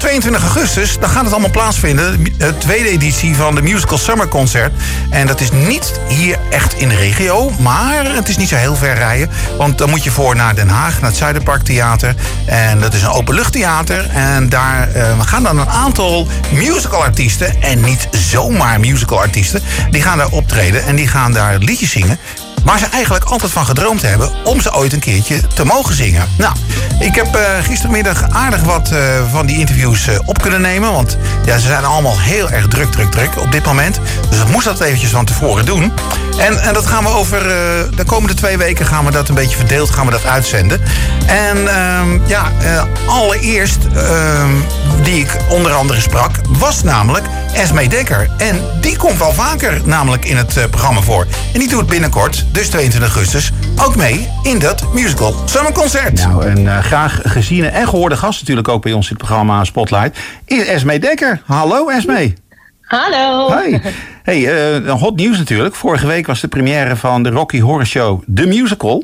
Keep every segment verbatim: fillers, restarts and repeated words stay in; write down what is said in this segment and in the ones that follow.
tweeëntwintig augustus, dan gaat het allemaal plaatsvinden. De tweede editie van de Musical Summer Concert. En dat is niet hier echt in de regio, maar het is niet zo heel ver rijden. Want dan moet je voor naar Den Haag, naar het Zuiderparktheater. En dat is een openluchttheater. En daar uh, gaan dan een aantal musicalartiesten, en niet zomaar musicalartiesten, die gaan daar optreden en die gaan daar liedjes zingen waar ze eigenlijk altijd van gedroomd hebben om ze ooit een keertje te mogen zingen. Nou, ik heb uh, gistermiddag aardig wat uh, van die interviews uh, op kunnen nemen. Want ja, ze zijn allemaal heel erg druk, druk, druk op dit moment. Dus ik moest dat eventjes van tevoren doen. En, en dat gaan we over uh, de komende twee weken gaan we dat een beetje verdeeld gaan we dat uitzenden. En uh, ja, uh, allereerst uh, die ik onder andere sprak was namelijk Esmee Dekker. En die komt wel vaker namelijk in het uh, programma voor. En die doet binnenkort, dus tweeëntwintig augustus, ook mee in dat Musical Summer Concert. Nou, een uh, graag geziene en gehoorde gast natuurlijk ook bij ons in het programma Spotlight is Esmee Dekker. Hallo Esmee. Hallo. Hoi. Hey, uh, hot nieuws natuurlijk. Vorige week was de première van de Rocky Horror Show The Musical.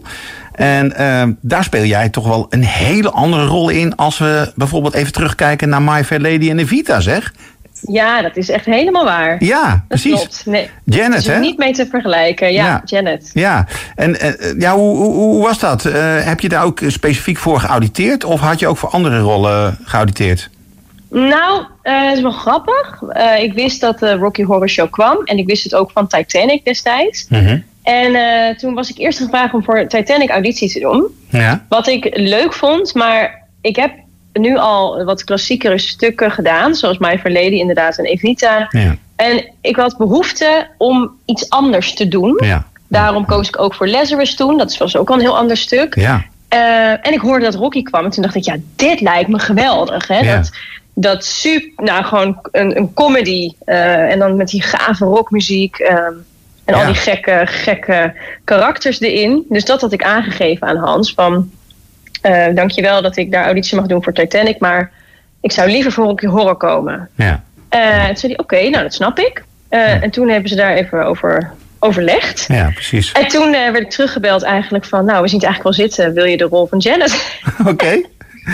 En uh, daar speel jij toch wel een hele andere rol in als we bijvoorbeeld even terugkijken naar My Fair Lady en Evita, zeg. Ja, dat is echt helemaal waar. Ja, dat precies. Klopt. Nee, Janet, is er hè? niet mee te vergelijken. Ja, ja. Janet. Ja, en uh, ja, hoe, hoe, hoe was dat? Uh, heb je daar ook specifiek voor geauditeerd of had je ook voor andere rollen geauditeerd? Nou, uh, het is wel grappig. Uh, ik wist dat de Rocky Horror Show kwam en ik wist het ook van Titanic destijds. Mm-hmm. En uh, toen was ik eerst gevraagd om voor Titanic auditie te doen. Ja. Wat ik leuk vond, maar ik heb nu al wat klassiekere stukken gedaan, zoals My Fair Lady inderdaad en Evita. Ja. En ik had behoefte om iets anders te doen. Ja. Daarom koos ik ook voor Lazarus toen. Dat was ook al een heel ander stuk. Ja. Uh, en ik hoorde dat Rocky kwam en toen dacht ik, ja, dit lijkt me geweldig. Hè? Ja. Dat, dat super, nou gewoon een, een comedy uh, en dan met die gave rockmuziek uh, en ja. al die gekke, gekke karakters erin. Dus dat had ik aangegeven aan Hans van, Uh, dankjewel dat ik daar auditie mag doen voor Titanic, maar ik zou liever voor Rocky Horror komen. Ja. Uh, en toen zei hij, oké, okay, nou dat snap ik. Uh, ja. En toen hebben ze daar even over overlegd. Ja, precies. En toen uh, werd ik teruggebeld eigenlijk van, nou we zien het eigenlijk wel zitten, wil je de rol van Janet? Oké. Okay.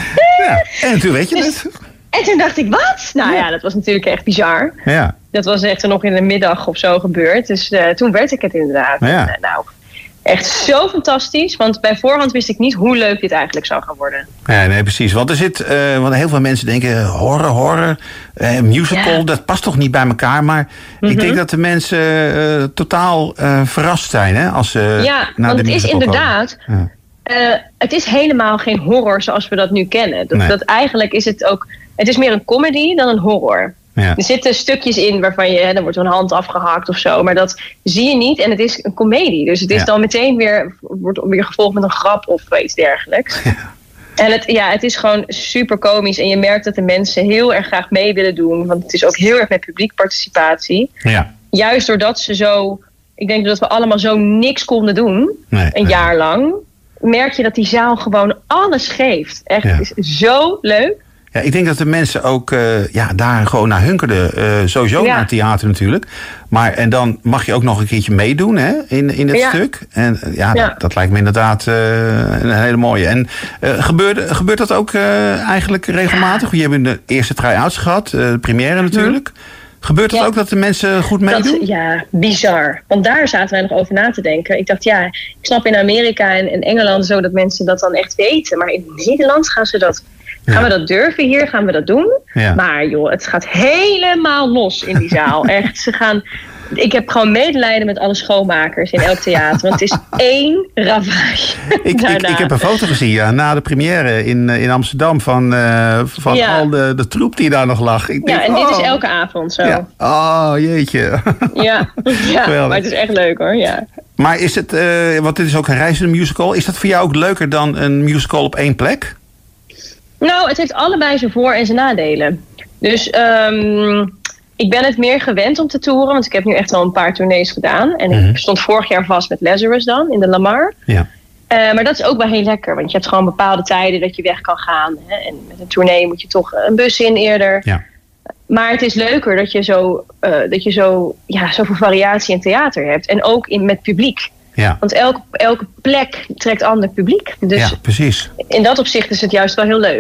Ja. En toen weet je dus, het. En toen dacht ik, wat? Nou ja. ja, dat was natuurlijk echt bizar. Ja. Dat was echt nog in de middag of zo gebeurd. Dus uh, toen werd ik het inderdaad. Ja. En, uh, nou... Echt zo fantastisch, want bij voorhand wist ik niet hoe leuk dit eigenlijk zou gaan worden. Ja, nee, precies. Want er zit, uh, want heel veel mensen denken, horror, horror, uh, musical, ja. dat past toch niet bij elkaar. Maar mm-hmm. ik denk dat de mensen uh, totaal uh, verrast zijn, hè, als ze ja, naar want de het is inderdaad, ja. uh, het is helemaal geen horror zoals we dat nu kennen. Dat, nee. dat eigenlijk is het ook, het is meer een comedy dan een horror. Ja. Er zitten stukjes in waarvan je, hè, dan wordt er een hand afgehakt of zo. Maar dat zie je niet en het is een komedie. Dus het is ja. dan meteen weer, wordt weer gevolgd met een grap of iets dergelijks. Ja. En het, ja, het is gewoon super komisch. En je merkt dat de mensen heel erg graag mee willen doen. Want het is ook heel erg met publiekparticipatie. Ja. Juist doordat ze zo, ik denk dat we allemaal zo niks konden doen. Nee, een nee. jaar lang. Merk je dat die zaal gewoon alles geeft. Echt, ja. Het is zo leuk. Ja, ik denk dat de mensen ook uh, ja, daar gewoon naar hunkerden. Uh, sowieso ja. naar theater natuurlijk. Maar en dan mag je ook nog een keertje meedoen hè, in, in het ja. stuk. En uh, ja, ja. Dat, dat lijkt me inderdaad uh, een hele mooie. En uh, gebeurt, gebeurt dat ook uh, eigenlijk regelmatig? Je hebt de eerste try-outs gehad, uh, de première natuurlijk. Hm. Gebeurt het ja. ook dat de mensen goed meedoen? Dat, ja, bizar. Want daar zaten wij nog over na te denken. Ik dacht, ja, ik snap in Amerika en, en Engeland zo dat mensen dat dan echt weten. Maar in Nederland gaan ze dat... Gaan ja. we dat durven hier? Gaan we dat doen? Ja. Maar joh, het gaat helemaal los in die zaal. Echt, ze gaan... Ik heb gewoon medelijden met alle schoonmakers in elk theater. Want het is één ravage. Ik, ik, ik heb een foto gezien ja, na de première in, in Amsterdam... van, uh, van ja. al de, de troep die daar nog lag. Ik denk, ja, en oh. dit is elke avond zo. Ja. Oh, jeetje. Ja, ja maar het is echt leuk hoor. Ja. Maar is het, uh, want dit is ook een reizende musical... is dat voor jou ook leuker dan een musical op één plek? Nou, het heeft allebei zijn voor- en zijn nadelen. Dus um, ik ben het meer gewend om te toeren. Want ik heb nu echt wel een paar tournees gedaan. En mm-hmm. ik stond vorig jaar vast met Lazarus dan, in de Lamar. Ja. Uh, maar dat is ook wel heel lekker. Want je hebt gewoon bepaalde tijden dat je weg kan gaan. Hè? En met een tournee moet je toch een bus in eerder. Ja. Maar het is leuker dat je zo, uh, dat je zo ja, zoveel variatie in theater hebt. En ook in, met publiek. Ja. Want elke, elke plek trekt ander publiek. Dus ja, precies. In dat opzicht is het juist wel heel leuk.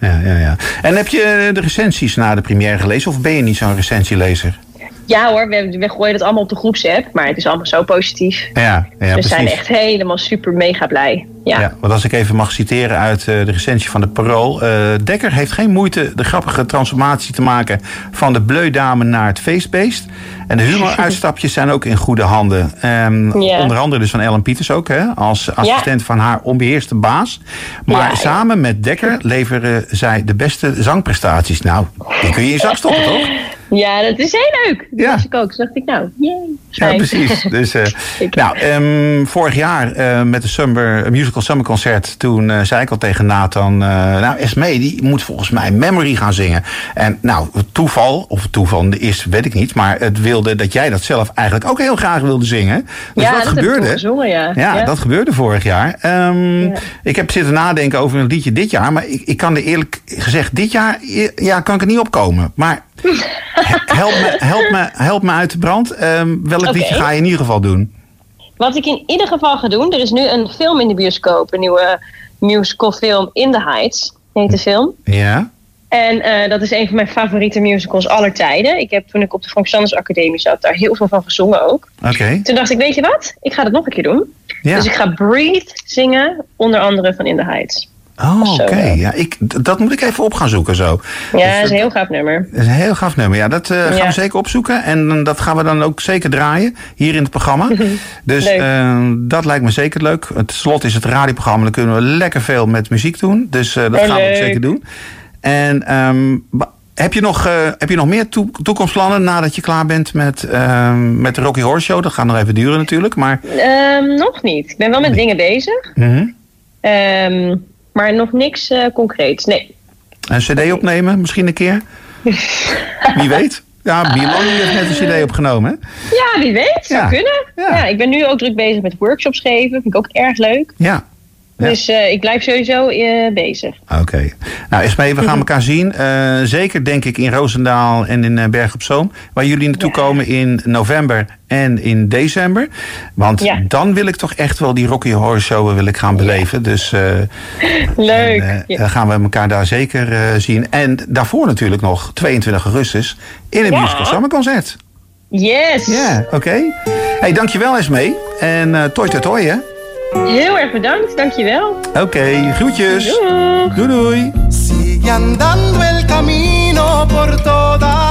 ja, ja, ja. En heb je de recensies na de première gelezen? Of ben je niet zo'n recensielezer? Ja hoor, we, we gooien het allemaal op de groepsapp. Maar het is allemaal zo positief. Ja, ja, we precies. zijn echt helemaal super mega blij. Ja. Ja, want als ik even mag citeren uit uh, de recensie van de Parool. Uh, Dekker heeft geen moeite de grappige transformatie te maken van de bleudame naar het feestbeest. En de humoruitstapjes zijn ook in goede handen. Um, ja. Onder andere dus van Ellen Pieters ook, hè, als assistent ja. van haar onbeheerste baas. Maar ja, samen ja. met Dekker leveren zij de beste zangprestaties. Nou, die kun je in je zak stoppen, toch? Ja, dat is heel leuk. Dat ja. was ik ook. Dus dacht ik, nou, yay. Ja, precies. Dus, uh, nou, um, vorig jaar uh, met de Summer, Musical Summer Concert, toen uh, zei ik al tegen Nathan, uh, nou, Esmee, die moet volgens mij Memory gaan zingen. En nou, toeval, of toeval is, weet ik niet, maar het wilde dat jij dat zelf eigenlijk ook heel graag wilde zingen. Dus ja, dat, dat gebeurde. Heb ik gezongen, ja. Ja, ja, dat gebeurde vorig jaar. Um, ja. Ik heb zitten nadenken over een liedje dit jaar, maar ik, ik kan er eerlijk gezegd, dit jaar ja, kan ik er niet op komen. Maar help me, help me, help me uit de brand. Um, welk okay. liedje ga je in ieder geval doen? Wat ik in ieder geval ga doen, er is nu een film in de bioscoop, een nieuwe musicalfilm In the Heights, heet de film. Ja. En uh, dat is een van mijn favoriete musicals aller tijden. Ik heb toen ik op de Frank Sanders Academie zat, daar heel veel van gezongen ook. Oké. Okay. Toen dacht ik, weet je wat? Ik ga dat nog een keer doen. Ja. Dus ik ga Breathe zingen, onder andere van In the Heights. Oh, oké. Okay. Ja, ik, dat moet ik even op gaan zoeken zo. Ja, dus dat is een heel gaaf nummer. Dat is een heel gaaf nummer. Ja, dat uh, gaan ja. we zeker opzoeken. En dat gaan we dan ook zeker draaien hier in het programma. Dus uh, dat lijkt me zeker leuk. Het slot is het radioprogramma. Dan kunnen we lekker veel met muziek doen. Dus uh, dat oh, gaan leuk. we ook zeker doen. En um, heb je nog, uh, heb je nog meer to- toekomstplannen nadat je klaar bent met, uh, met de Rocky Horror Show? Dat gaat nog even duren natuurlijk. Maar... Um, nog niet. Ik ben wel met nee. dingen bezig. Mm-hmm. Um, Maar nog niks uh, concreets, nee. Een cd opnemen, misschien een keer? Wie weet. Ja, Milani heeft net een cd opgenomen, hè? Ja, wie weet. Zou ja. kunnen. Ja. Ja, ik ben nu ook druk bezig met workshops geven. Vind ik ook erg leuk. Ja. Ja. Dus uh, ik blijf sowieso uh, bezig. Oké. Okay. Nou, Esmee, we gaan elkaar zien. Uh, zeker denk ik in Roosendaal en in uh, Berg op Zoom. Waar jullie naartoe ja. komen in november en in december. Want ja. dan wil ik toch echt wel die Rocky Horror Show wil ik gaan beleven. Ja. Dus uh, leuk. En, uh, ja. Dan gaan we elkaar daar zeker uh, zien. En daarvoor natuurlijk nog tweeëntwintig augustus in een ja. musical summerconcert. Yes. Ja, oké. Okay. Hey, dankjewel Esmee. En uh, toi toi toi, hè. Heel erg bedankt, dankjewel. Oké, okay, groetjes. Doei. Doei doei. Sigue andando el camino por toda